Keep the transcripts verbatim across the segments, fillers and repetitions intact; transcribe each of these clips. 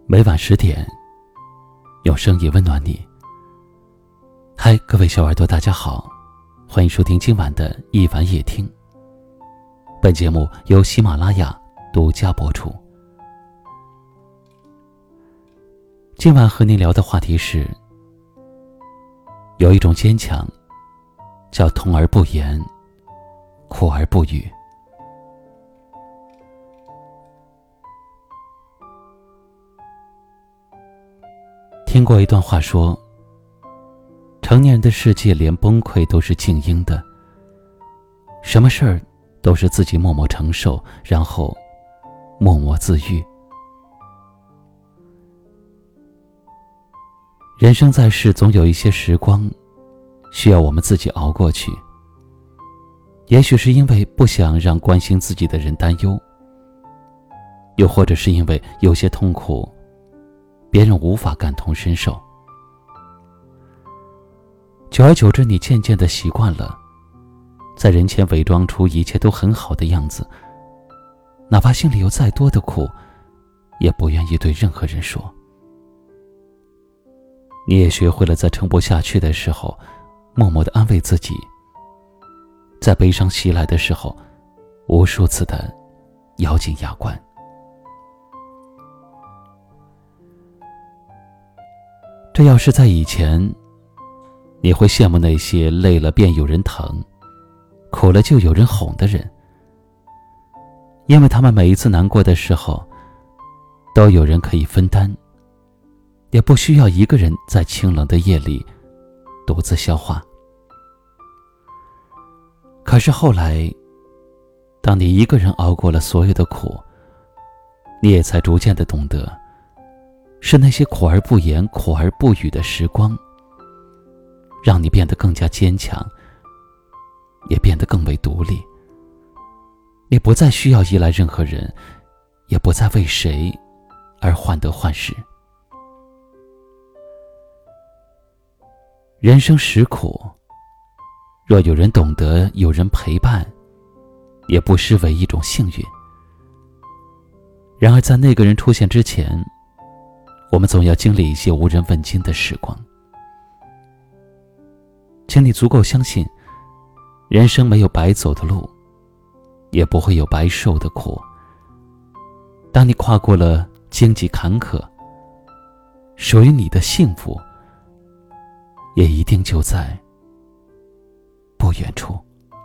每晚十点，用声音温暖你。嗨，各位小耳朵，大家好，欢迎收听今晚的一晚夜听。本节目由喜马拉雅独家播出。今晚和您聊的话题是，有一种坚强，叫痛而不言，苦而不语。听过一段话说，成年人的世界连崩溃都是静音的，什么事儿都是自己默默承受，然后默默自愈。人生在世，总有一些时光需要我们自己熬过去，也许是因为不想让关心自己的人担忧，又或者是因为有些痛苦别人无法感同身受。久而久之，你渐渐地习惯了在人前伪装出一切都很好的样子，哪怕心里有再多的苦，也不愿意对任何人说。你也学会了在撑不下去的时候默默地安慰自己，在悲伤袭来的时候无数次地咬紧牙关。这要是在以前，你会羡慕那些累了便有人疼，苦了就有人哄的人，因为他们每一次难过的时候都有人可以分担，也不需要一个人在清冷的夜里独自消化。可是后来，当你一个人熬过了所有的苦，你也才逐渐地懂得，是那些苦而不言、苦而不语的时光，让你变得更加坚强，也变得更为独立。你不再需要依赖任何人，也不再为谁而患得患失。人生实苦，若有人懂得，有人陪伴，也不失为一种幸运。然而在那个人出现之前，我们总要经历一些无人问津的时光。请你足够相信，人生没有白走的路，也不会有白受的苦。当你跨过了荆棘坎坷，属于你的幸福也一定就在不远处。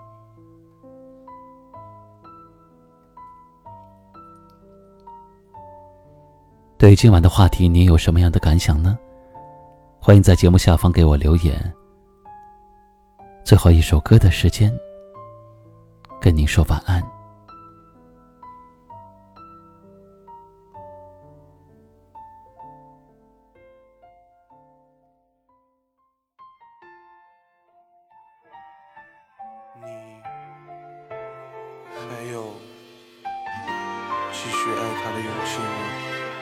对于今晚的话题，你有什么样的感想呢？欢迎在节目下方给我留言。最后一首歌的时间，跟您说晚安。 你还有继续爱他的勇气吗？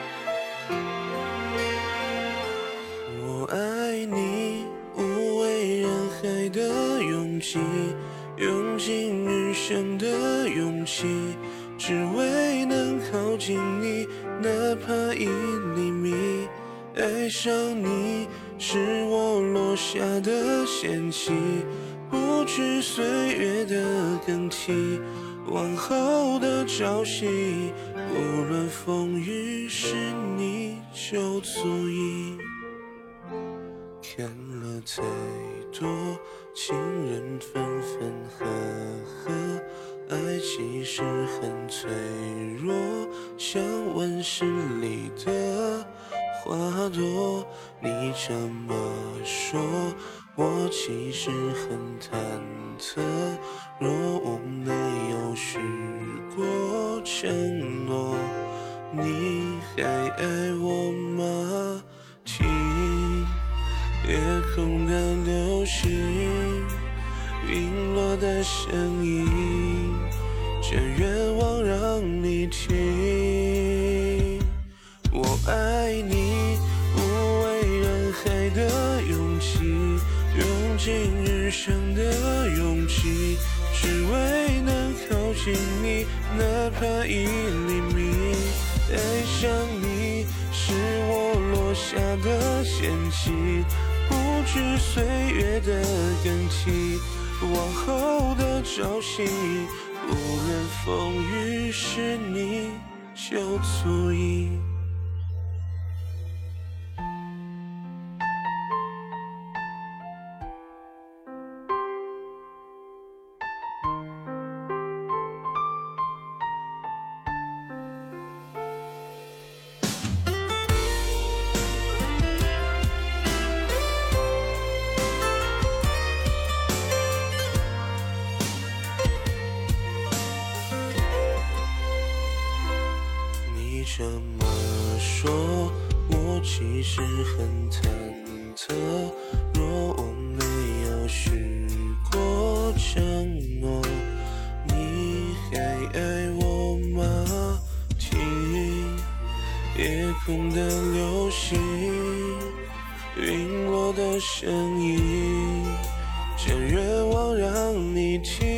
我爱你无畏人海的勇气，用尽余生的勇气，只为能靠近你，哪怕一厘米。爱上你是我落下的险棋，不惧岁月的更替，往后的朝夕，无论风雨是你就足矣。看了太多情人分分合合，爱其实很脆弱，像温室里的花朵。你这么说，我其实很忐忑，若我没有许过承诺，你还爱我吗？听夜空的流星陨落的声音，这愿望让你听。我爱你无畏人海的勇气，用尽余生的勇气，只为能靠近你，哪怕一厘米。爱上你是下的嫌弃，不惧岁月的更替，往后的朝夕，无论风雨是你就足矣。你这么说，我其实很忐忑。若我没有许过承诺，你还爱我吗？听夜空的流星，陨落的声音，将愿望让你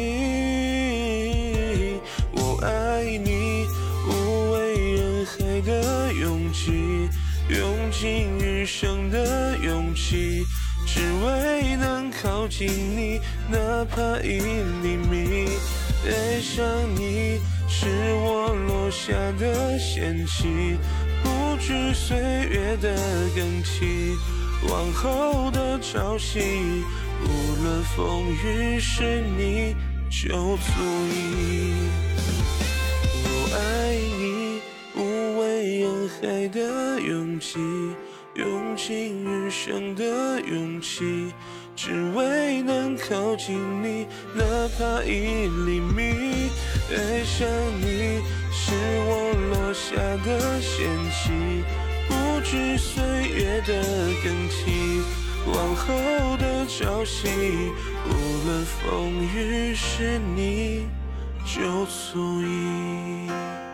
听。我爱你，无畏人海的勇气，用尽余生的勇气，只为能靠近你，哪怕一厘米。爱上你是我落下的险棋，不惧岁月的更替，往后的朝夕，无论风雨是你就足矣。我爱你，无畏人海的勇气，用尽余生的勇气，只为能靠近你，哪怕一厘米。爱上你是我落下的险棋，不惧岁月的更替，往后的朝夕，无论风雨是你就足矣。